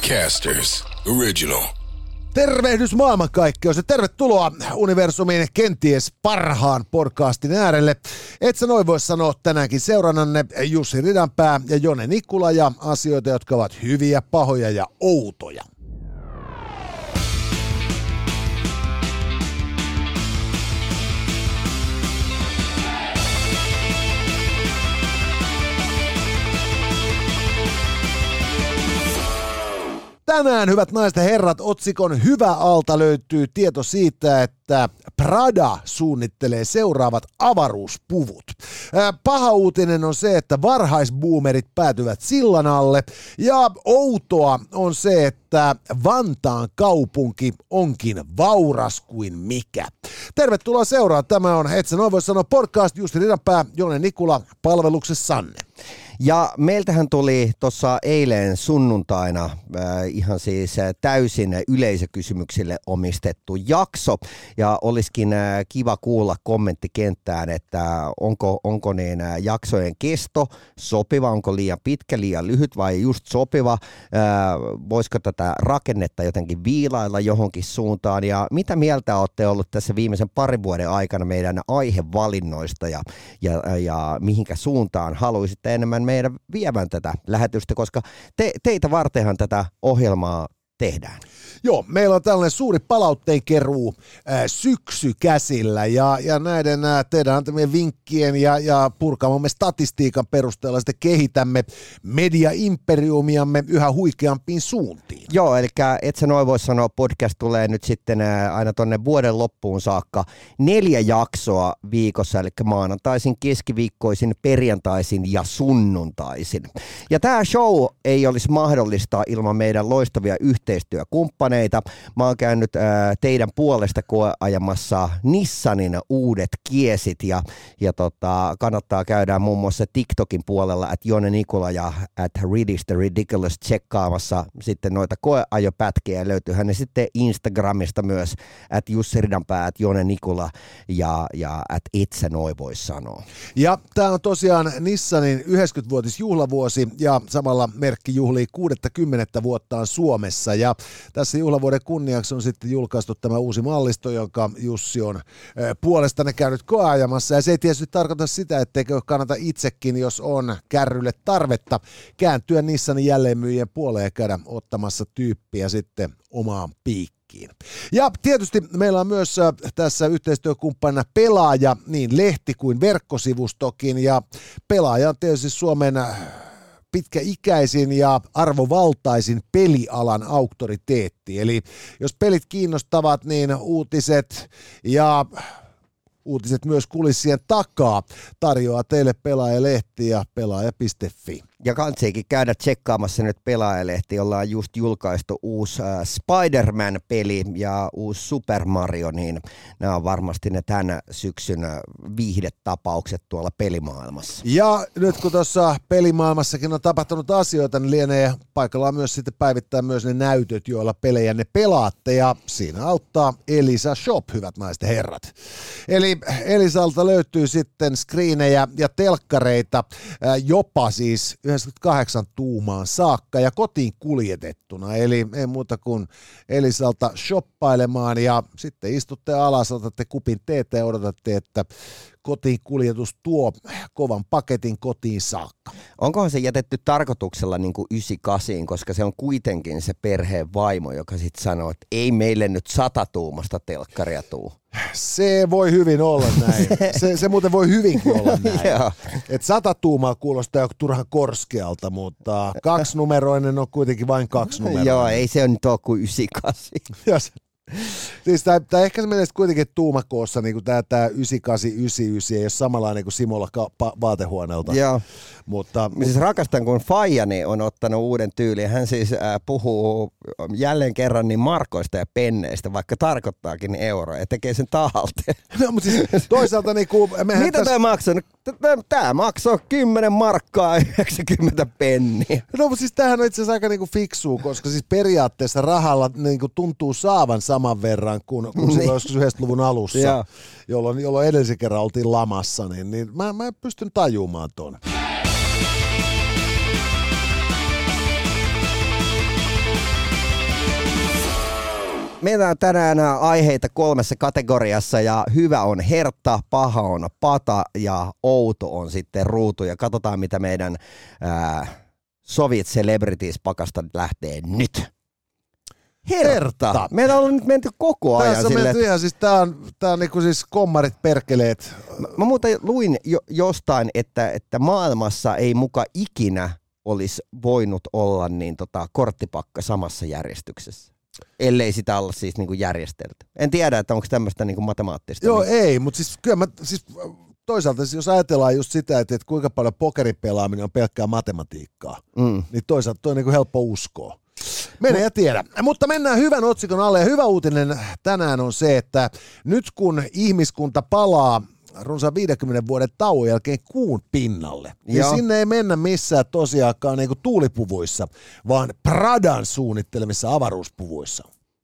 Podcasters Original. Tervehdys maailmankaikkeus ja tervetuloa universumin kenties parhaan podcastin äärelle. Et sä noin voi sanoa tänäänkin seurannanne Jussi Ridanpää ja Jone Nikula ja asioita, jotka ovat hyviä, pahoja ja outoja. Tänään, hyvät naiset ja herrat, otsikon Hyvä alta löytyy tieto siitä, että Prada suunnittelee seuraavat avaruuspuvut. Paha uutinen on se, että varhaisboomerit päätyvät sillan alle, ja outoa on se, että Vantaan kaupunki onkin vauras kuin mikä. Tervetuloa seuraan. Tämä on Et sä noin voi sanoa podcast, Jussi Ridanpää, Jone Nikula, palveluksessanne. Ja meiltähän tuli tuossa eilen sunnuntaina ihan siis täysin yleisökysymyksille omistettu jakso. Ja olisikin kiva kuulla kommenttikenttään, että onko niin jaksojen kesto sopiva, onko liian pitkä, liian lyhyt vai just sopiva. Voisiko tätä rakennetta jotenkin viilailla johonkin suuntaan. Ja mitä mieltä olette ollut tässä viimeisen parin vuoden aikana meidän aihevalinnoista ja mihinkä suuntaan haluaisitte enemmän meidän viemään tätä lähetystä, koska teitä vartenhan tätä ohjelmaa tehdään. Joo, meillä on tällainen suuri palautteenkeruu syksy käsillä ja näiden teidän antamien vinkkien ja purkamamme statistiikan perusteella sitten kehitämme media-imperiumiamme yhä huikeampiin suuntiin. Joo, eli Et sä noin voi sanoa, podcast tulee nyt sitten aina tonne vuoden loppuun saakka 4 jaksoa viikossa, eli maanantaisin, keskiviikkoisin, perjantaisin ja sunnuntaisin. Ja tämä show ei olisi mahdollista ilman meidän loistavia yhteistyökumppaneita. Mä oon käynyt teidän puolesta koeajamassa Nissanin uudet kiesit ja kannattaa käydä muun muassa TikTokin puolella @Jone Nikula ja @Ridis the Ridiculous tsekkaamassa sitten noita koeajopätkiä. Löytyyhän ne sitten Instagramista myös @Jussi Ridanpää, @Jone Nikula ja Et sä noin voi sanoa. Ja tää on tosiaan Nissanin 90-vuotisjuhlavuosi ja samalla merkki juhlii 60 vuottaan Suomessa ja tässä juhlavuoden kunniaksi on sitten julkaistu tämä uusi mallisto, jonka Jussi on puolestanne käynyt koeajamassa. Ja se ei tietysti tarkoita sitä, etteikö kannata itsekin, jos on kärrylle tarvetta, kääntyä Nissanin jälleenmyyjien puoleen ja käydä ottamassa tyyppiä sitten omaan piikkiin. Ja tietysti meillä on myös tässä yhteistyökumppanina Pelaaja, niin lehti kuin verkkosivustokin, ja Pelaaja on tietysti Suomen pitkäikäisin ja arvovaltaisin pelialan auktoriteetti. Eli jos pelit kiinnostavat, niin uutiset myös kulissien takaa tarjoaa teille Pelaajalehti ja pelaaja.fi. Ja kansiikin käydä tsekkaamassa nyt Pelaajalehti, ollaan just julkaistu uusi Spider-Man-peli ja uusi Super Mario, niin nämä on varmasti ne tämän syksyn viihdetapaukset tuolla pelimaailmassa. Ja nyt kun tuossa pelimaailmassakin on tapahtunut asioita, niin lienee paikallaan myös sitten päivittää myös ne näytöt, joilla pelejä ne pelaatte, ja siinä auttaa Elisa Shop, hyvät naiset ja herrat. Eli Elisalta löytyy sitten screenejä ja telkkareita, jopa siis 98 tuumaan saakka ja kotiin kuljetettuna, eli ei muuta kuin Elisalta shoppailemaan ja sitten istutte alas, otatte kupin teetä ja odotatte, että kotiin kuljetus tuo kovan paketin kotiin saakka. Onkohan se jätetty tarkoituksella niin kuin 98, koska se on kuitenkin se perheen vaimo, joka sitten sanoo, että ei meille nyt 100 tuumasta telkkaria tuu. Se voi hyvin olla näin. Se muuten voi hyvinkin olla näin. Et 100 tuumaa kuulostaa jo turhan korskealta, mutta 2-numeroinen on kuitenkin vain 2-numeroinen. Joo, ei se nyt ole kuin 98. Siis tämä ehkä se menee kuitenkin tuumakoossa, niin kuin tämä 9899 ei ole samanlainen kuin Simolla vaatehuoneelta. Joo. Mutta siis rakastan, kun Fajani on ottanut uuden tyylin. Hän siis puhuu jälleen kerran niin markoista ja penneistä, vaikka tarkoittaakin euroja, ja tekee sen tahalteen. No, mutta siis toisaalta niin kuin mitä tämä maksaa? Tämä maksaa 10 markkaa 90 penniä. No, mutta siis tämähän on itse asiassa aika niin kuin fiksua, koska siis periaatteessa rahalla niin kuin tuntuu saavan saman verran kuin silloin joskus 90-luvun alussa, jolloin edellisen kerran oltiin lamassa, niin mä pystyn tajumaan ton. Meillä on tänään aiheita 3 kategoriassa ja hyvä on hertta, paha on pata ja outo on sitten ruutu. Ja katsotaan mitä meidän Soviet Celebrities-pakasta lähtee nyt. Hertta. Meillä on nyt menty koko ajan tässä silleen. Siis tää on niinku siis kommarit perkeleet. Mä muuten luin jostain, että maailmassa ei muka ikinä olisi voinut olla niin korttipakka samassa järjestyksessä. Ellei sitä olla siis niinku järjestelty. En tiedä, että onko tämmöistä niinku matemaattista. Joo, ei, mutta siis kyllä toisaalta jos ajatellaan just sitä, että kuinka paljon pokerin pelaaminen on pelkkää matematiikkaa, niin toisaalta toi on niinku helppo uskoa. Mene ja tiedä. Mutta mennään hyvän otsikon alle ja hyvä uutinen tänään on se, että nyt kun ihmiskunta palaa runsaan 50 vuoden tauon jälkeen kuun pinnalle, niin sinne ei mennä missään tosiaankaan niinku tuulipuvuissa, vaan Pradan suunnittelemissa avaruuspuvuissa.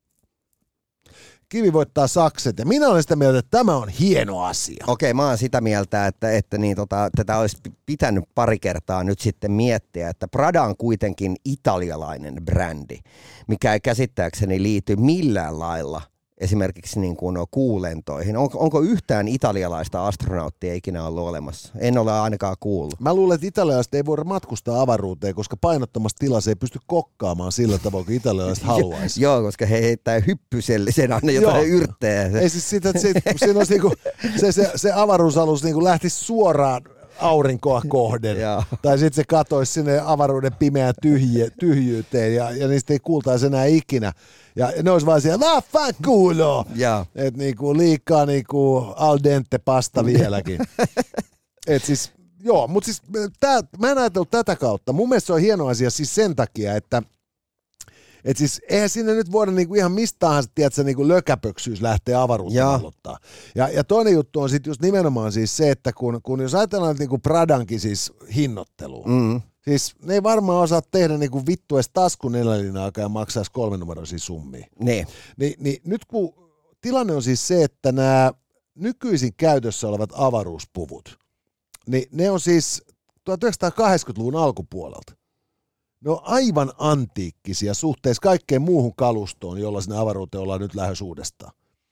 Kivi voittaa sakset ja minä olen sitä mieltä, että tämä on hieno asia. Okei, mä oon sitä mieltä, että niin, tätä olisi pitänyt pari kertaa nyt sitten miettiä, että Prada on kuitenkin italialainen brändi, mikä ei käsittääkseni liity millään lailla esimerkiksi niin kuin kuulentoihin. Onko yhtään italialaista astronauttia ikinä ollut olemassa? En ole ainakaan kuullut. Mä luulen, että italialaiset ei voida matkustaa avaruuteen, koska painottomassa tilassa ei pysty kokkaamaan sillä tavalla, kun italialaiset haluaisi. Joo, koska he heittää hyppysellisen aina jotain yrttejä. Ei siis sitä, että siinä olisi niinku, se avaruusalus niinku lähtisi suoraan aurinkoa kohden. Tai sitten se katoisi sinne avaruuden pimeään tyhjyyteen ja niistä ei kuultaisi enää ikinä. Ja ne olisi vaan siellä, vaffanculo! Että niinku liikaa niinku al dente pasta vieläkin. Et siis, joo, mutta siis mä en ajatellut tätä kautta. Mun mielestä se on hieno asia siis sen takia, että siis eihän sinne nyt voida niinku ihan mistaanhan, tiedätkö, niinku lökäpöksyys lähtee avaruuteen aloittaa. Ja toinen juttu on sitten just nimenomaan siis se, että kun jos ajatellaan niinku Pradankin siis hinnoittelua, siis ne ei varmaan osaa tehdä niinku vittu edes taskun elälinaikaa ja maksaisi 3-numeroisia summia. Niin nyt kun tilanne on siis se, että nämä nykyisin käytössä olevat avaruuspuvut, niin ne on siis 1980-luvun alkupuolelta. Ne on aivan antiikkisia suhteessa kaikkeen muuhun kalustoon, jolla sinne avaruuteen ollaan nyt lähdössä uudestaan.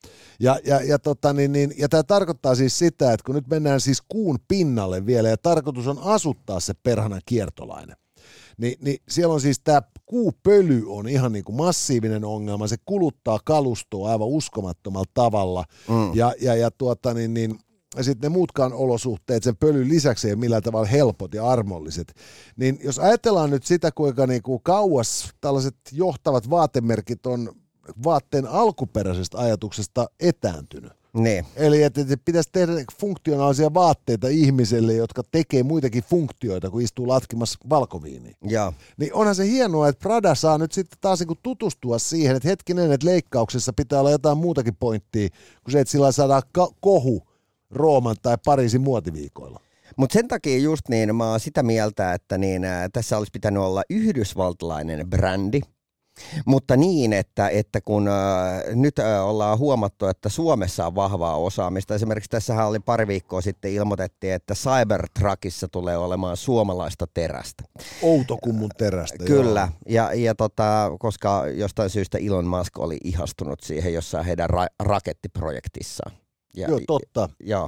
Ja tämä tarkoittaa siis sitä, että kun nyt mennään siis kuun pinnalle vielä ja tarkoitus on asuttaa se perhanan kiertolainen, niin siellä on siis tämä kuupöly on ihan niin kuin massiivinen ongelma, se kuluttaa kalustoa aivan uskomattomalla tavalla ja sitten ne muutkaan olosuhteet sen pölyn lisäksi ei ole millään tavalla helpot ja armolliset. Niin jos ajatellaan nyt sitä, kuinka niinku kauas tällaiset johtavat vaatemerkit on vaatteen alkuperäisestä ajatuksesta etääntynyt. Eli että pitäisi tehdä funktionaalisia vaatteita ihmiselle, jotka tekee muitakin funktioita, kun istuu latkimassa valkoviiniä. Niin onhan se hienoa, että Prada saa nyt sitten taas niin tutustua siihen, että hetkinen, että leikkauksessa pitää olla jotain muutakin pointtia, kuin se, että sillä saadaan kohu Rooman tai Pariisin muotiviikoilla. Mutta sen takia just niin, mä oon sitä mieltä, että niin, tässä olisi pitänyt olla yhdysvaltalainen brändi, mutta niin, että kun nyt ollaan huomattu, että Suomessa on vahvaa osaamista. Esimerkiksi tässähän oli pari viikkoa sitten ilmoitettiin, että Cybertruckissa tulee olemaan suomalaista terästä. Outokummun terästä. Kyllä, ja koska jostain syystä Elon Musk oli ihastunut siihen jossain heidän rakettiprojektissaan. Joo, totta. Joo.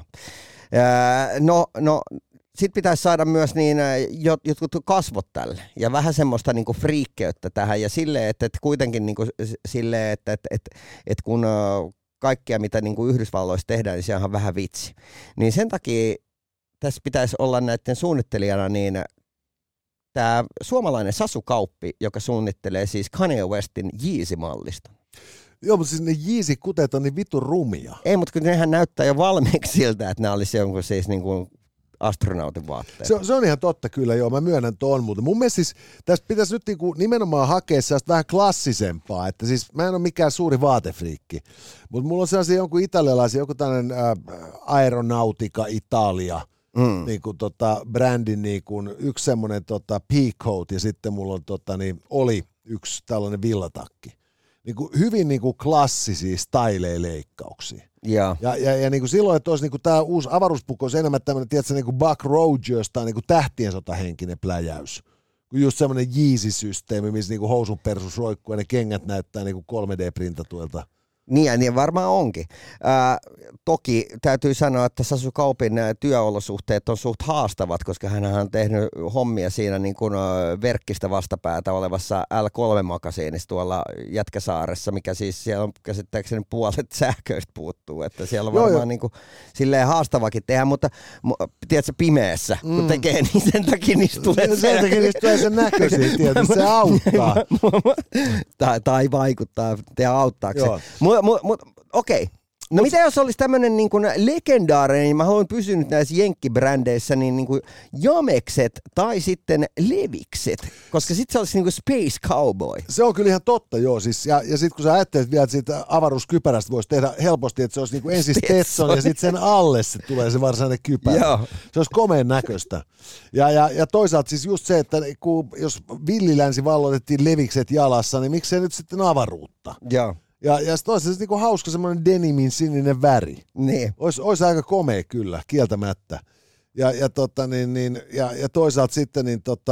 No sitten pitäisi saada myös niin jotkut kasvot tälle ja vähän semmoista niinku friikkeyttä tähän ja silleen, että kuitenkin niinku silleen, että kun kaikkea mitä niinku Yhdysvalloissa tehdään, niin se onhan vähän vitsi. Niin sen takia tässä pitäisi olla näiden suunnittelijana niin tämä suomalainen Sasu Kauppi, joka suunnittelee siis Kanye Westin Yeezy-malliston. Joo, mutta siis ne Yeezy-kuteet on niin vitun rumia. Ei, mutta kun nehän näyttää jo valmiiksi siltä, että nämä olisi jonkun siis niin kuin astronautin vaatteet. Se on ihan totta kyllä, joo, mä myönnän tuon, mutta mun mielestä siis tässä pitäisi nyt niinku nimenomaan hakea sellaista vähän klassisempaa, että siis mä en ole mikään suuri vaatefriikki, mutta mulla on sellaisia jonkun italialaisia, joku tällainen Aeronautica Italia, niinku brändin niinku, yksi semmoinen peacoat ja sitten mulla on oli yksi tällainen villatakki. Niinku hyvin niinku klassisia styleja-leikkauksia. Ja niinku silloin, että olisi niinku tämä uusi avaruuspuku olisi enemmän tämmöinen, tiedätkö, niinku Buck Rogers tai niinku tähtien sotahenkinen pläjäys. kuin just semmoinen Yeezy-systeemi, missä niinku housun persus roikkuu ja ne kengät näyttää niinku 3D-printatuilta. Niin varmaan onkin. Toki täytyy sanoa, että Sasu Kaupin työolosuhteet on suht haastavat, koska hän on tehnyt hommia siinä niin kuin verkkistä vastapäätä olevassa L3-makasiinissa tuolla Jätkäsaaressa, mikä siis siellä on käsittääkseni puolet sähköistä puuttuu, että siellä on varmaan niin kuin, silleen haastavakin tehdä, mutta tiedätkö, pimeässä, kun tekee, niin sen takia niistä tulee sen näköisiä, tietysti se auttaa. tai vaikuttaa, ja auttaakseen. Okei. No mitä jos olisi tämmöinen niin kuin legendaarinen, niin mä haluan pysyä nyt näissä jenkkibrändeissä, niin kuin jamekset tai sitten levikset, koska sitten se olisi niin kuin Space Cowboy. Se on kyllä ihan totta, joo. Siis, ja sitten kun sä ajattelet vielä, että siitä avaruuskypärästä voisi tehdä helposti, että se olisi niin kuin ensin Stetson ja sitten sen alle se tulee se varsinainen kypärä. Joo. Se olisi komeen näköistä. Ja toisaalta siis just se, että jos villilänsi valloitettiin levikset jalassa, niin miksei nyt sitten avaruutta? Joo. Ja toisaalta niinku hauska semmoinen denimin sininen väri. Niin. Olisi aika komea kyllä, kieltämättä. Ja toisaalta sitten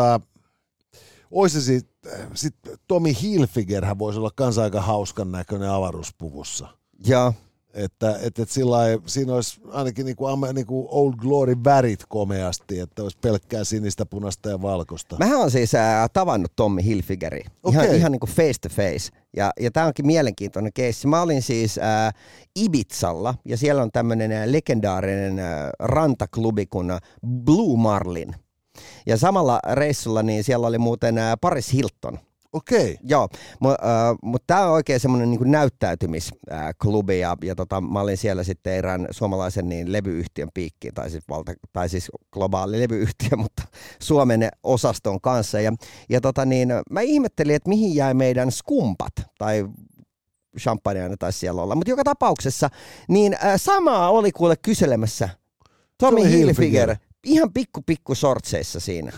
olisi sit Tommy Hilfigerhän voisi olla kans aika hauskan näköinen avaruuspuvussa. Joo. Että siinä olisi ainakin niinku Old Glory värit komeasti, että olisi pelkkää sinistä, punaista ja valkoista. Mähän on siis tavannut Tommy Hilfigeria. Ihan niin kuin face to face. Ja tämä onkin mielenkiintoinen keissi. Mä olin siis Ibizalla ja siellä on tämmöinen legendaarinen rantaklubi kuin Blue Marlin. Ja samalla reissulla niin siellä oli muuten Paris Hilton. Okei. Joo, mutta tämä on oikein semmoinen niin näyttäytymisklubi ja mä olin siellä sitten erään suomalaisen niin levyyhtiön piikkiin, tai siis globaali levyyhtiö, mutta Suomen osaston kanssa. Ja mä ihmettelin, että mihin jäi meidän skumpat, tai champagne taisi siellä olla, mutta joka tapauksessa, niin samaa oli kuule kyselemässä Tommy Hilfiger. Ihan pikku sortseissa siinä.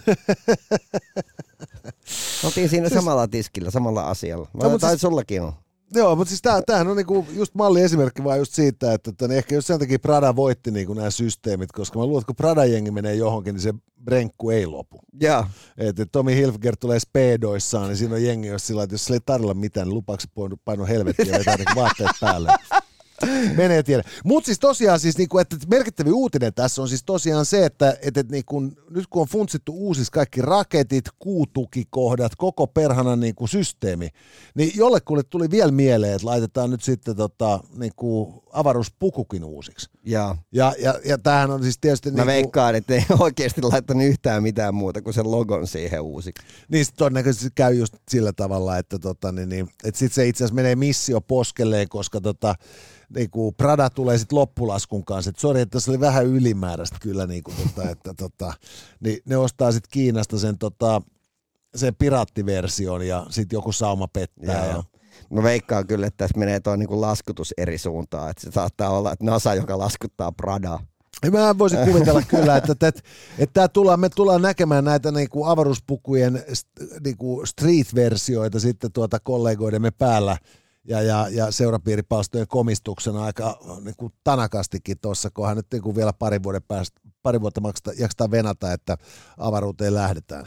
Oltiin siinä samalla tiskillä, samalla asialla. Tai sullakin on. Joo, mutta siis tämähän on niinku just malliesimerkki vaan just siitä, että ehkä just sen takia Prada voitti niinku nämä systeemit, koska mä luulen, että kun Prada-jengi menee johonkin, niin se brenkku ei lopu. Joo. Että Tommy Hilfiger tulee speedoissaan, niin siinä on jengi, jos sillä, että jos sillä ei tarjolla mitään, niin lupaako painu helvettiä ja vetää vaatteet päälle. Menee tiedä. Mutta siis tosiaan, että merkittävä uutinen tässä on siis tosiaan se, että nyt kun on funtsittu uusiksi kaikki raketit, kuutukikohdat, koko perhana systeemi, niin jollekulle tuli vielä mieleen, että laitetaan nyt sitten avaruuspukukin uusiksi. Ja tämähän on siis tietysti... Mä veikkaan, että ei oikeasti laittanut yhtään mitään muuta kuin sen logon siihen uusiksi. Niin todennäköisesti käy just sillä tavalla, että sitten se itse asiassa menee missio poskelleen, koska Prada tulee sitten loppulaskun kanssa, että sori, että tässä oli vähän ylimääräistä kyllä, niin ne ostaa sitten Kiinasta sen piraattiversion ja sitten joku sauma pettää. Ja. Mä veikkaan kyllä, että tässä menee tuo laskutus eri suuntaan, että se saattaa olla, että NASA, joka laskuttaa Pradaa. Mä voisin kuvitella kyllä, että me tullaan näkemään näitä avaruuspukujen street-versioita sitten kollegoidemme päällä. Ja seurapiiripalstojen komistuksena aika tanakastikin tuossa, kunhan nyt vielä pari vuotta jaksetaan venata, että avaruuteen lähdetään.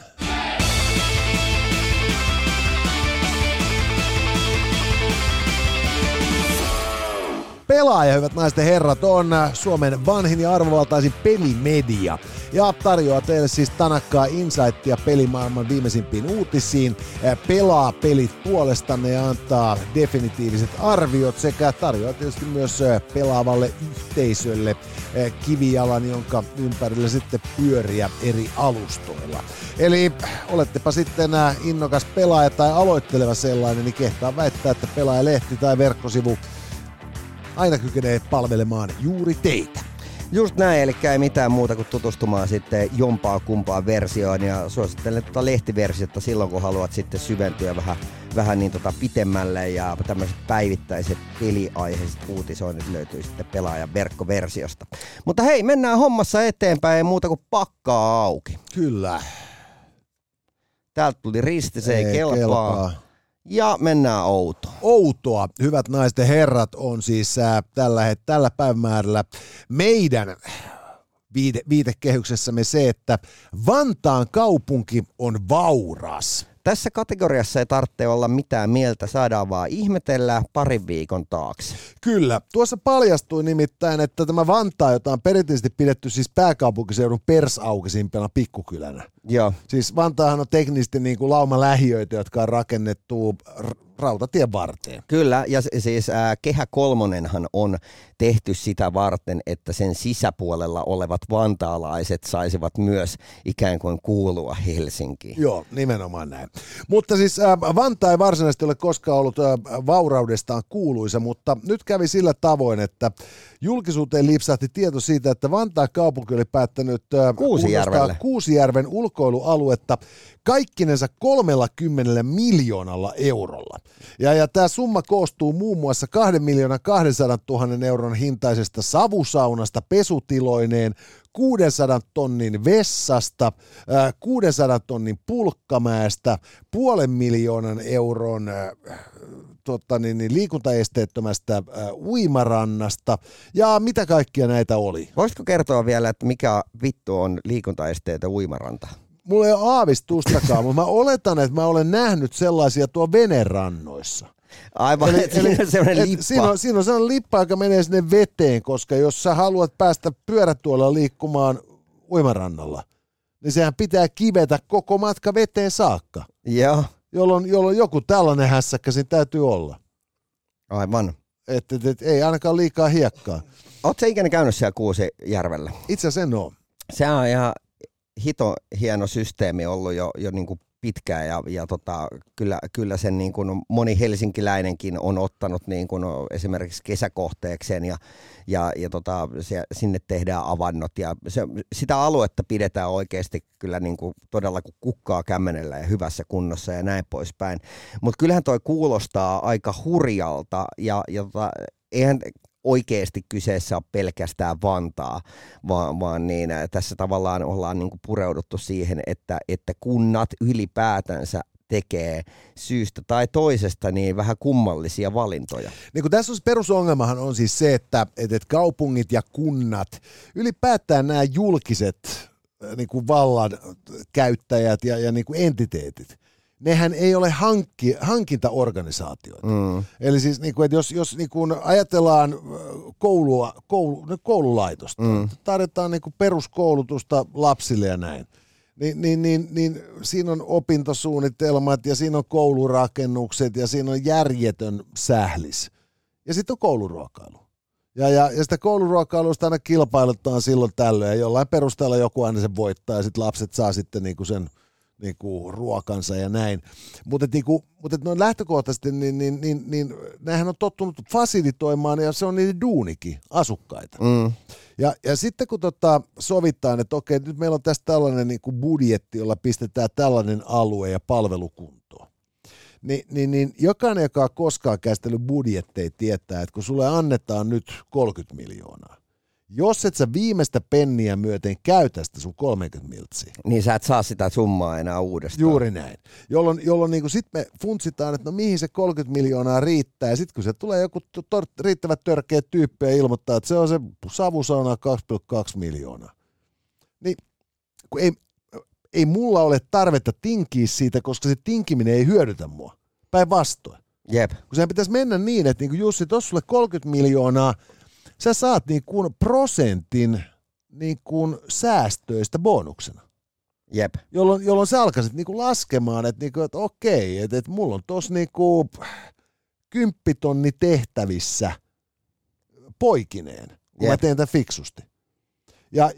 Pelaaja, hyvät naiset ja herrat, on Suomen vanhin ja arvovaltaisin pelimedia ja tarjoaa teille siis tanakkaa insightia pelimaailman viimeisimpiin uutisiin, pelaa pelit puolestanne ja antaa definitiiviset arviot sekä tarjoaa tietysti myös pelaavalle yhteisölle kivijalan, jonka ympärillä sitten pyöriä eri alustoilla. Eli olettepa sitten innokas pelaaja tai aloitteleva sellainen, niin kehtaa väittää, että Pelaajalehti tai verkkosivu aina kykenee palvelemaan juuri teitä. Just näin, eli ei mitään muuta kuin tutustumaan sitten jompaa kumpaan versioon ja suosittelen lehtiversiota silloin, kun haluat sitten syventyä vähän niin pitemmälle ja tämmöiset päivittäiset peliaiheiset uutisoinnit löytyy sitten pelaajan verkkoversiosta. Mutta hei, mennään hommassa eteenpäin, ei muuta kuin pakkaa auki. Kyllä. Täältä tuli risti, se ei kelpaa. Ja mennään outoon. Outoa, hyvät naiset ja herrat, on siis tällä päivämäärällä meidän viitekehyksessämme se, että Vantaan kaupunki on vauras. Tässä kategoriassa ei tarvitse olla mitään mieltä, saadaan vaan ihmetellä parin viikon taakse. Kyllä. Tuossa paljastui nimittäin, että tämä Vantaa, jota on perinteisesti pidetty siis pääkaupunkiseudun persaukisimpana pikkukylänä. Joo. Siis Vantaahan on teknisesti niin kuin lauma lähiöitä, jotka on rakennettu rautatien varteen. Kyllä, ja siis Kehä kolmonenhan on tehty sitä varten, että sen sisäpuolella olevat vantaalaiset saisivat myös ikään kuin kuulua Helsinkiin. Joo, nimenomaan näin. Mutta siis Vantaa ei varsinaisesti ole koskaan ollut vauraudestaan kuuluisa, mutta nyt kävi sillä tavoin, että julkisuuteen lipsahti tieto siitä, että Vantaan kaupunki oli päättänyt Kuusijärven ulkoilualuetta kaikkinensa 30 miljoonalla eurolla. Ja tämä summa koostuu muun muassa 2 200 000 euron hintaisesta savusaunasta pesutiloineen, 600 tonnin vessasta, 600 tonnin pulkkamäestä, 500 000 euron liikuntaesteettömästä uimarannasta ja mitä kaikkia näitä oli. Voisitko kertoa vielä, että mikä vittu on liikuntaesteetön uimaranta? Mulla ei ole aavistustakaan, mutta mä oletan, että mä olen nähnyt sellaisia tuo venerannoissa. Aivan, eli sellainen lippa. Siinä on sellainen lippa, joka menee sinne veteen, koska jos sä haluat päästä pyörätuolella liikkumaan uimarannalla, niin sehän pitää kivetä koko matka veteen saakka. Joo. Jolloin joku tällainen hässäkkä siinä täytyy olla. Aivan. Et ei ainakaan liikaa hiekkaa. Ootko sä ikinä käynyt siellä Kuusijärvellä? Itse asiassa en ole. Se on ihan hito hieno systeemi ollut jo niin kuin pitkään ja kyllä sen niin kuin moni helsinkiläinenkin on ottanut niin kuin esimerkiksi kesäkohteekseen ja sinne tehdään avannot ja sitä aluetta pidetään oikeasti kyllä niin kuin todella kuin kukkaa kämmenellä ja hyvässä kunnossa ja näin poispäin. Mutta kyllähän toi kuulostaa aika hurjalta ja eihän oikeasti kyseessä on pelkästään Vantaa, vaan niin, tässä tavallaan ollaan niin kuin pureuduttu siihen, että kunnat ylipäätänsä tekee syystä tai toisesta niin vähän kummallisia valintoja. Niin kun tässä on perusongelmahan on siis se, että kaupungit ja kunnat, ylipäätään nämä julkiset niin kuin vallan käyttäjät ja niin kuin entiteetit, nehän ei ole hankintaorganisaatioita. Eli siis, niin kuin, että jos niin kuin ajatellaan koululaitosta, tarjotaan niin kuin peruskoulutusta lapsille ja näin, niin siinä on opintosuunnitelmat ja siinä on koulurakennukset ja siinä on järjetön sählis. Ja sitten on kouluruokailu. Ja sitä kouluruokailusta aina kilpailutaan silloin tällöin ja jollain perusteella joku aina sen voittaa ja sitten lapset saa sitten niinku sen niinku ruokansa ja näin. Mutta noin lähtökohtaisesti, niin nämähän on tottunut fasilitoimaan ja se on niiden duunikin asukkaita. Ja sitten kun sovitaan, että okei, nyt meillä on tässä tällainen niinku budjetti, jolla pistetään tällainen alue ja palvelukuntoon, niin jokainen, joka on koskaan käsitellyt budjetteja, tietää, että kun sulle annetaan nyt 30 miljoonaa, jos et sä viimeistä penniä myöten käytä sitä sun 30 miltsiä. Niin sä et saa sitä summaa enää uudestaan. Juuri näin. Jolloin niin sitten me funtsitaan, että no mihin se 30 miljoonaa riittää. Ja sitten kun se tulee joku riittävät törkeä tyyppi ja ilmoittaa, että se on se savusauna 2,2 miljoonaa. Niin kun ei mulla ole tarvetta tinkiä siitä, koska se tinkiminen ei hyödytä mua. Päinvastoin. Jep. Kun sehän pitäisi mennä niin, että niin kuin Jussi, tuossa sulle 30 miljoonaa, sä saat niin kuin prosentin niin kuin säästöistä bonuksena. Jep. Jolloin sä alkaisit niin kuin laskemaan, että okei, että mulla on tossa niin kuin 10 000 tehtävissä poikineen, kun mä teen tämän fiksusti. Ja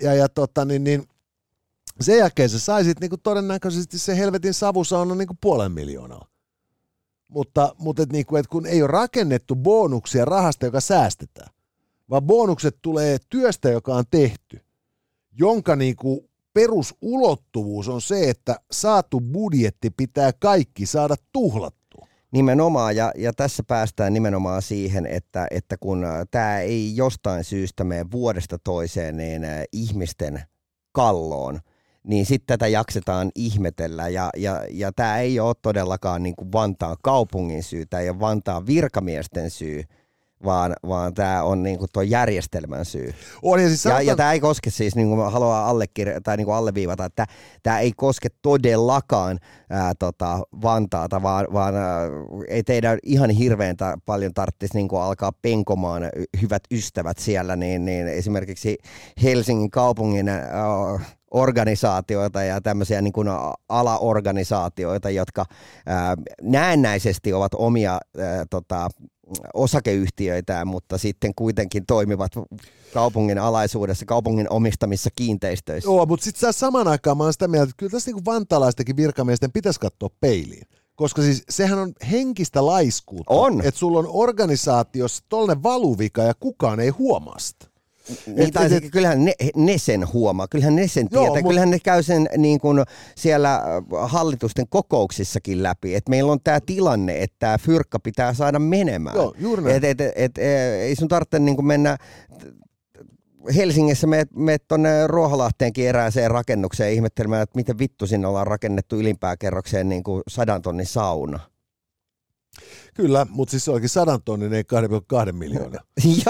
sen jälkeen sä saisit niin kuin todennäköisesti se helvetin savusauna niin kuin 500 000. Mutta kun ei ole rakennettu bonuksia rahasta, joka säästetään, vaan bonukset tulee työstä, joka on tehty, jonka niinku perusulottuvuus on se, että saatu budjetti pitää kaikki saada tuhlattua. Nimenomaan, ja tässä päästään nimenomaan siihen, että kun tämä ei jostain syystä mene vuodesta toiseen niin ihmisten kalloon, niin sitten tätä jaksetaan ihmetellä, ja tämä ei ole todellakaan niin kuin Vantaan kaupungin syy, tämä ei ole Vantaan virkamiesten syy, vaan tämä on niinku tuo järjestelmän syy. On, ja, siis ja tämä ei koske siis, niin kuin haluan niin alleviivata, että tämä ei koske todellakaan Vantaata, vaan ei teidän ihan hirveän paljon tarvitsisi niin kuin alkaa penkomaan hyvät ystävät siellä, niin esimerkiksi Helsingin kaupungin organisaatioita ja tämmöisiä niin kuin alaorganisaatioita, jotka näennäisesti ovat omia osakeyhtiöitään, mutta sitten kuitenkin toimivat kaupungin alaisuudessa, kaupungin omistamissa kiinteistöissä. Joo, mutta sitten samaan aikaan mä oon sitä mieltä, että kyllä tässä niin vantaalaistenkin virkamiesten pitäisi katsoa peiliin. Koska siis sehän on henkistä laiskuutta, että sulla on organisaatiossa tollainen valuvika ja kukaan ei huomaa sitä. Kyllähän ne sen huomaa, kyllähän ne sen tietää, kyllähän ne käy sen niin kuin siellä hallitusten kokouksissakin läpi, että meillä on tämä tilanne, että tämä fyrkka pitää saada menemään. Joo, juuri näin. Ei sun tarvitse niin kuin mennä Helsingissä me tuonne Ruoholahteenkin erääseen rakennukseen ihmettelemään, että miten vittu sinne ollaan rakennettu ylimpääkerrokseen niin kuin 100 tonnin sauna. Kyllä, mutta siis se olikin 100 tonnin, ei 2,2 miljoonaa.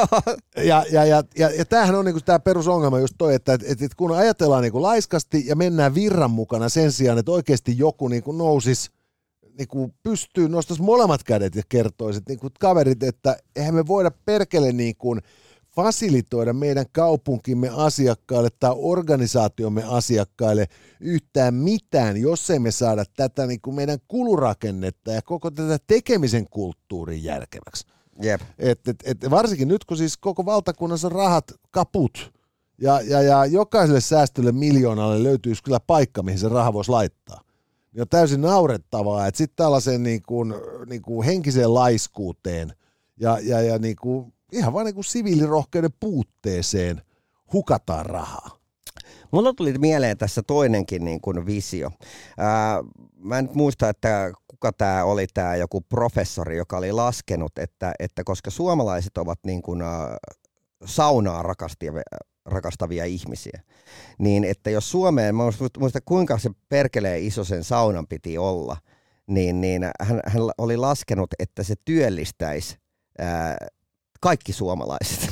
ja tämähän on niinku tämä perusongelma just toi, että kun ajatellaan niinku laiskasti ja mennään virran mukana sen sijaan, että oikeasti joku niinku nousisi niinku pystyy, nostaisi molemmat kädet ja kertoisi, että niinku kaverit, että eihän me voida perkele niinku fasilitoida meidän kaupunkimme asiakkaille tai organisaatiomme asiakkaille yhtään mitään, jos ei me saada tätä niin kuin meidän kulurakennetta ja koko tätä tekemisen kulttuurin järkeväksi. Jep. Et varsinkin nyt, kun siis koko valtakunnassa rahat kaput ja jokaiselle säästölle miljoonalle löytyisi kyllä paikka, mihin se raha voisi laittaa. Niin on täysin naurettavaa, että sitten tällaiseen niin kuin henkiseen laiskuuteen ja niin kuin ihan vaan niin kuin siviilirohkeuden puutteeseen hukataan rahaa. Mulla tuli mieleen tässä toinenkin niin kuin visio. Mä en nyt muista, että kuka tämä oli, tämä joku professori, joka oli laskenut, että koska suomalaiset ovat niin kuin saunaa rakastavia ihmisiä, niin että jos Suomeen, mä muistan kuinka se perkelee iso sen saunan piti olla, niin hän oli laskenut, että se työllistäisi kaikki suomalaiset.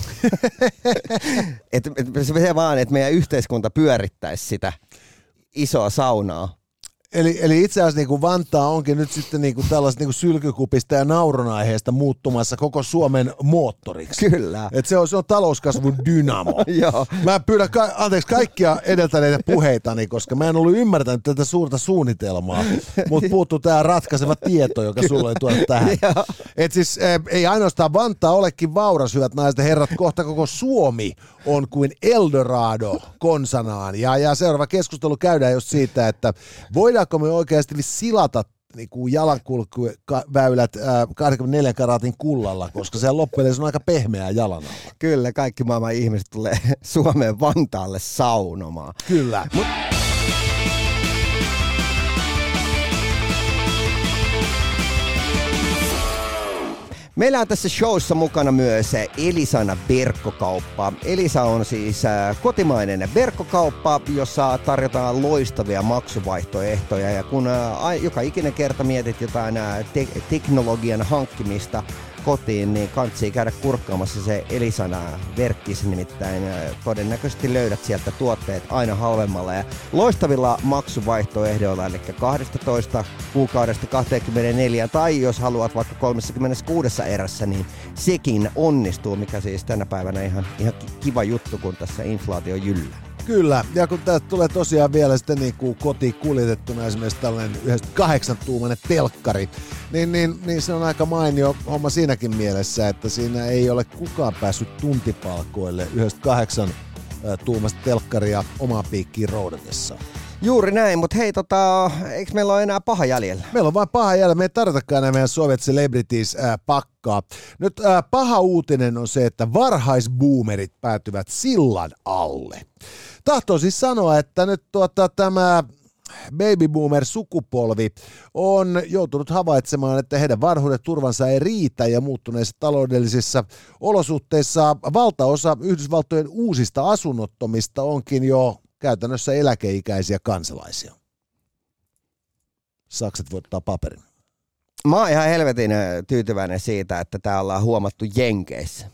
Se vaan, että meidän yhteiskunta pyörittäisi sitä isoa saunaa. Eli itse asiassa niin kuin Vantaa onkin nyt sitten niin kuin tällaista niin kuin sylkykupista ja naurunaiheesta muuttumassa koko Suomen moottoriksi. Kyllä. Et se on talouskasvun dynamo. Joo. Mä pyydän anteeksi kaikkia edeltäneitä puheitani, koska mä en ollut ymmärtänyt tätä suurta suunnitelmaa, mutta puuttuu tämä ratkaiseva tieto, joka sulla oli tuoda tähän. Et siis ei ainoastaan Vantaa olekin vauras, hyvät naiset ja herrat, kohta koko Suomi on kuin Eldorado konsanaan. Ja seuraava keskustelu käydään just siitä, että voidaanko me oikeasti silata niin jalankulkuväylät 24 karaatin kullalla, koska se loppujen on aika pehmeää jalan alla. Kyllä, kaikki maailman ihmiset tulee Suomeen Vantaalle saunomaan. Kyllä. Meillä on tässä showssa mukana myös Elisan verkkokauppa. Elisa on siis kotimainen verkkokauppa, jossa tarjotaan loistavia maksuvaihtoehtoja. Ja kun joka ikinen kerta mietit jotain teknologian hankkimista kotiin, niin kantsii käydä kurkkaamassa se Elisan verkkis, nimittäin todennäköisesti löydät sieltä tuotteet aina halvemmalla ja loistavilla maksuvaihtoehdoilla, eli 12 kuukaudesta 24, tai jos haluat vaikka 36 erässä, niin sekin onnistuu, mikä siis tänä päivänä ihan kiva juttu, kun tässä inflaatio jyllää. Kyllä, ja kun tästä tulee tosiaan vielä sitten niin kuin kotiin kuljetettuna esimerkiksi tällainen 98-tuumainen telkkari, niin se on aika mainio homma siinäkin mielessä, että siinä ei ole kukaan päässyt tuntipalkoille 98-tuumasta telkkaria omaa piikkiin roudatessaan. Juuri näin, mutta hei, eikö meillä ole enää paha jäljellä? Meillä on vain paha jäljellä, me ei tarvitakaan enää meidän Soviet Celebrities pakkaa. Nyt paha uutinen on se, että varhaisboomerit päätyvät sillan alle. Tahtoo siis sanoa, että nyt tämä baby boomer sukupolvi on joutunut havaitsemaan, että heidän vanhuuden turvansa ei riitä ja muuttuneissa taloudellisissa olosuhteissa valtaosa Yhdysvaltojen uusista asunnottomista onkin jo käytännössä eläkeikäisiä kansalaisia. Sakset voittaa paperin. Mä oon ihan helvetin tyytyväinen siitä, että tää ollaan huomattu Jenkeissä.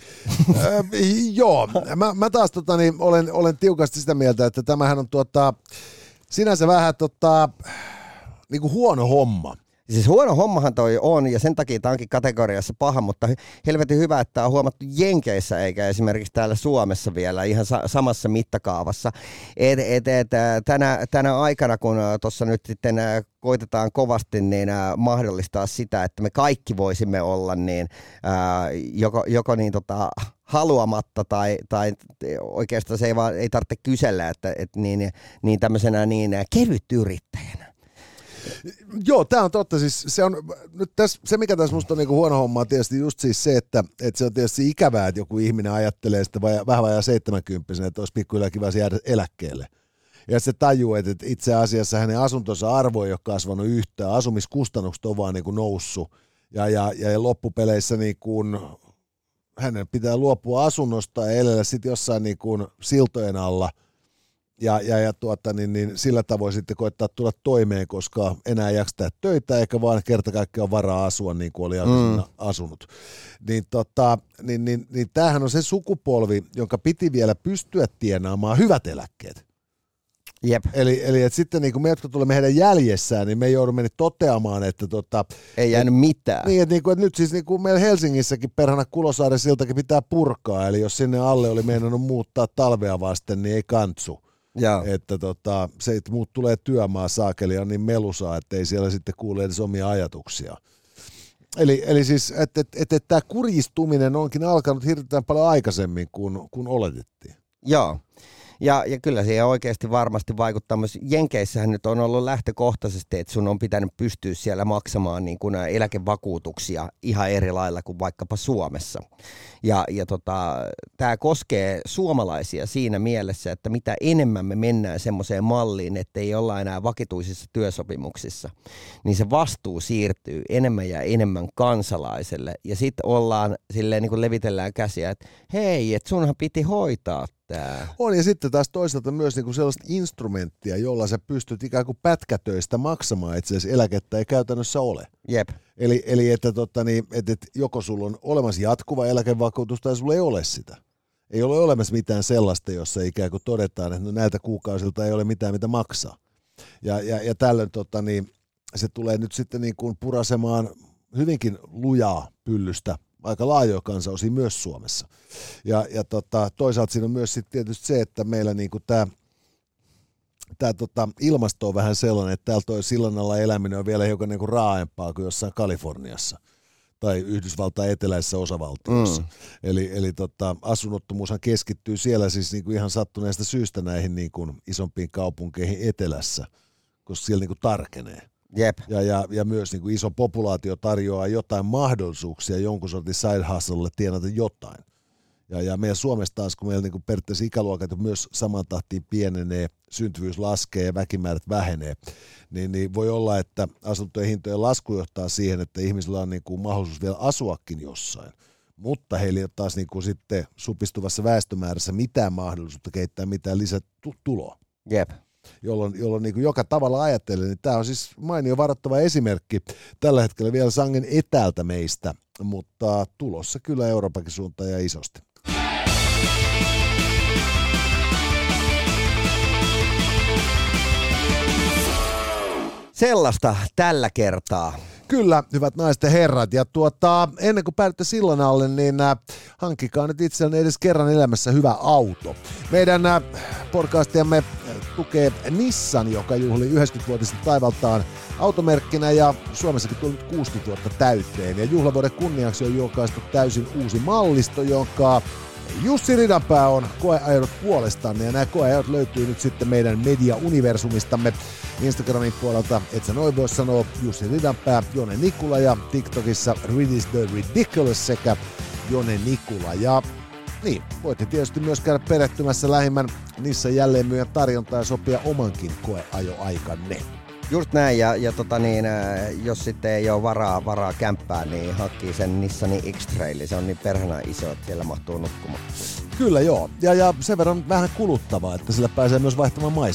Joo, mä taas olen tiukasti sitä mieltä, että tämähän on sinänsä vähän niinku huono homma. Siis huono hommahan toi on, ja sen takia tämä onkin kategoriassa paha, mutta helvetin hyvä, että tämä on huomattu Jenkeissä, eikä esimerkiksi täällä Suomessa vielä ihan samassa mittakaavassa. Tänä aikana, kun tuossa nyt sitten koitetaan kovasti niin mahdollistaa sitä, että me kaikki voisimme olla niin, joko niin haluamatta tai oikeastaan se ei tarvitse kysellä, että niin tämmöisenä niin kevytyrittäjänä. Joo, tämä on totta. Siis se on nyt se, mikä tässä musta on niinku huono homma, on tietysti just siis se, että se on tietysti ikävää, että joku ihminen ajattelee sitä vähän vajaa 70-vuotiaana, että olisi pikkuhiljaa kiva jäädä eläkkeelle. Ja se tajuu, että itse asiassa hänen asuntonsa arvo ei ole kasvanut yhtään, asumiskustannukset on vaan niinku noussut ja loppupeleissä niinku hänen pitää luopua asunnosta ja elellä sitten jossain niinku siltojen alla. Ja sillä tavoin sitten koittaa tulla toimeen, koska enää ei jaksa tehdä töitä eikä vaan kerta kaikkiaan varaa asua niin kuin oli asunut. Niin tämähän on se sukupolvi, jonka piti vielä pystyä tienaamaan hyvät eläkkeet. Jep. Eli että sitten niin kuin me, jotka tulemme heidän jäljessään, niin me joudumme nyt toteamaan, että ei jäänyt mitään. Niin, että nyt siis niin kuin meillä Helsingissäkin perhana Kulosaaren siltakin pitää purkaa, eli jos sinne alle oli meinannut muuttaa talvea vasten, niin ei kantsu. Jaa. Että se, että muut tulee työmaa saakeli on niin melusaa, että ei siellä sitten kuule edes omia ajatuksia. Eli siis, että tämä kurjistuminen onkin alkanut hirveän paljon aikaisemmin kuin oletettiin. Joo. Ja kyllä siihen oikeasti varmasti vaikuttaa myös. Jenkeissähän nyt on ollut lähtökohtaisesti, että sun on pitänyt pystyä siellä maksamaan niin kuin eläkevakuutuksia ihan eri lailla kuin vaikkapa Suomessa. Ja tämä koskee suomalaisia siinä mielessä, että mitä enemmän me mennään semmoiseen malliin, että ei olla enää vakituisissa työsopimuksissa, niin se vastuu siirtyy enemmän ja enemmän kansalaiselle. Ja sitten ollaan silleen niin kuin levitellään käsiä, että hei, että sunhan piti hoitaa tämä. On, ja sitten taas toisaalta myös niin kuin sellaista instrumenttia, jolla sä pystyt ikään kuin pätkätöistä maksamaan itse asiassa eläkettä ei käytännössä ole. Jep. Eli että joko sulla on olemassa jatkuva eläkevakuutus tai sulla ei ole sitä. Ei ole olemassa mitään sellaista, jossa ikään kuin todetaan, että näiltä kuukausilta ei ole mitään mitä maksaa. Ja tällöin se tulee nyt sitten niin kuin purasemaan hyvinkin lujaa pyllystä aika laajoja kansaosia myös Suomessa. Ja toisaalta siinä on myös sitten tietysti se, että meillä niin kuin tämä ilmasto on vähän sellainen, että täällä toi sillan alla eläminen on vielä hiukan niin kuin raaempaa kuin jossain Kaliforniassa tai Yhdysvaltain eteläisessä osavaltiossa. Eli asunnottomuushan keskittyy siellä siis niin kuin ihan sattuneesta syystä näihin niin kuin isompiin kaupunkeihin etelässä, koska siellä niin kuin tarkenee. Jep. Ja myös niin kuin iso populaatio tarjoaa jotain mahdollisuuksia jonkun sortin side hustlelle tienata jotain. Ja meidän Suomessa taas, kun meillä niin kuin periaatteessa ikäluokat myös saman tahtiin pienenee, syntyvyys laskee ja väkimäärät vähenee, niin voi olla, että asuntojen hintojen lasku johtaa siihen, että ihmisillä on niin kuin mahdollisuus vielä asuakin jossain. Mutta heillä ei ole taas niin kuin sitten supistuvassa väestömäärässä mitään mahdollisuutta kehittää mitään lisätuloa. Jep. Jolloin niin kuin joka tavalla ajattelen, niin tämä on siis mainio varoittava esimerkki tällä hetkellä vielä sangen etäältä meistä, mutta tulossa kyllä Euroopankin suuntaan ja isosti. Sellaista tällä kertaa. Kyllä, hyvät naiset ja herrat. Ja ennen kuin päädytte sillan alle, niin hankkikaa nyt itsellenne edes kerran elämässä hyvä auto. Meidän podcastiamme tukee Nissan, joka juhlii 90-vuotista taivaltaan automerkkinä ja Suomessakin tuli nyt 60 vuotta täyteen. Ja juhlavuoden kunniaksi on julkaistu täysin uusi mallisto, jonka Jussi Ridanpää on koeajanut puolestanne, ja nämä koeajat löytyy nyt sitten meidän media-universumistamme Instagramin puolelta, et sä noin voi sanoa Jussi Ridanpää, Jone Nikula ja TikTokissa Ridis the Ridiculous sekä Jone Nikula. Ja niin, voitte tietysti myös käydä perehtymässä lähimmän Nissan jälleenmyyjän tarjontaa ja sopia omankin koeajoaikanne. Just näin, ja jos sitten ei ole varaa kämppää, niin hankkii sen Nissanin X-Trail. Se on niin perhana iso, että siellä mahtuu nukkumaan. Kyllä joo, ja sen verran vähän kuluttavaa, että sillä pääsee myös vaihtamaan maisemaa.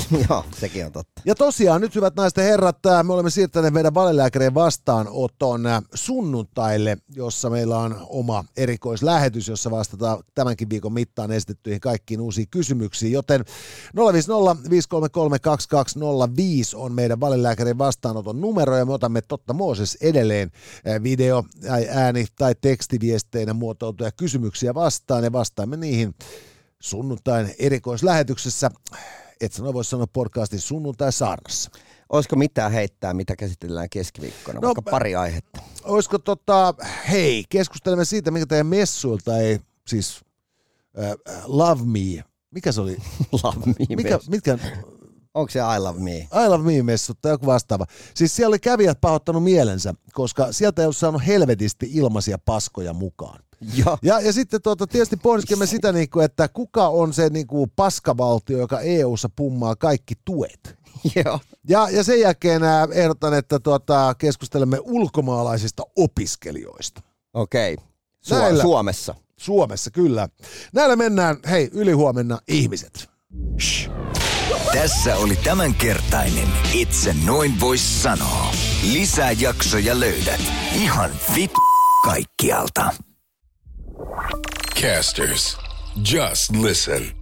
Joo, sekin on totta. Ja tosiaan nyt, hyvät naiset ja herrat, me olemme siirtäneet meidän valelääkärien vastaanoton sunnuntaille, jossa meillä on oma erikoislähetys, jossa vastataan tämänkin viikon mittaan esitettyihin kaikkiin uusiin kysymyksiin, joten 050 533 2205 on meidän valelääkärien vastaanoton numero, ja me otamme totta Mooses edelleen video, ääni tai tekstiviesteinä muotoiltuja kysymyksiä vastaan, ja vastaamme niihin sunnuntain erikoislähetyksessä. Et sä voi sanoa podcastin sunnuntai-saarnassa. Olisiko mitään heittää, mitä käsitellään keskiviikkona, vaikka pari aihetta? Olisiko hei, keskustelemme siitä, mikä teidän messuilta ei, siis Love Me, mikä se oli? Love Me. Onko se I Love Me? I Love Me-messut tai joku vastaava. Siis siellä oli kävijät pahoittanut mielensä, koska sieltä ei ole saanut helvetisti ilmaisia paskoja mukaan. Ja sitten tietysti pohdiskemme sitä, että kuka on se paskavaltio, joka EU:ssa pummaa kaikki tuet. Joo. Ja sen jälkeen ehdotan, että keskustelemme ulkomaalaisista opiskelijoista. Okei. Suomessa. Suomessa, kyllä. Näillä mennään, hei, ylihuomenna ihmiset. Shh. Tässä oli tämänkertainen Itse noin vois sanoa. Lisää jaksoja löydät ihan kaikkialta. Casters, just listen.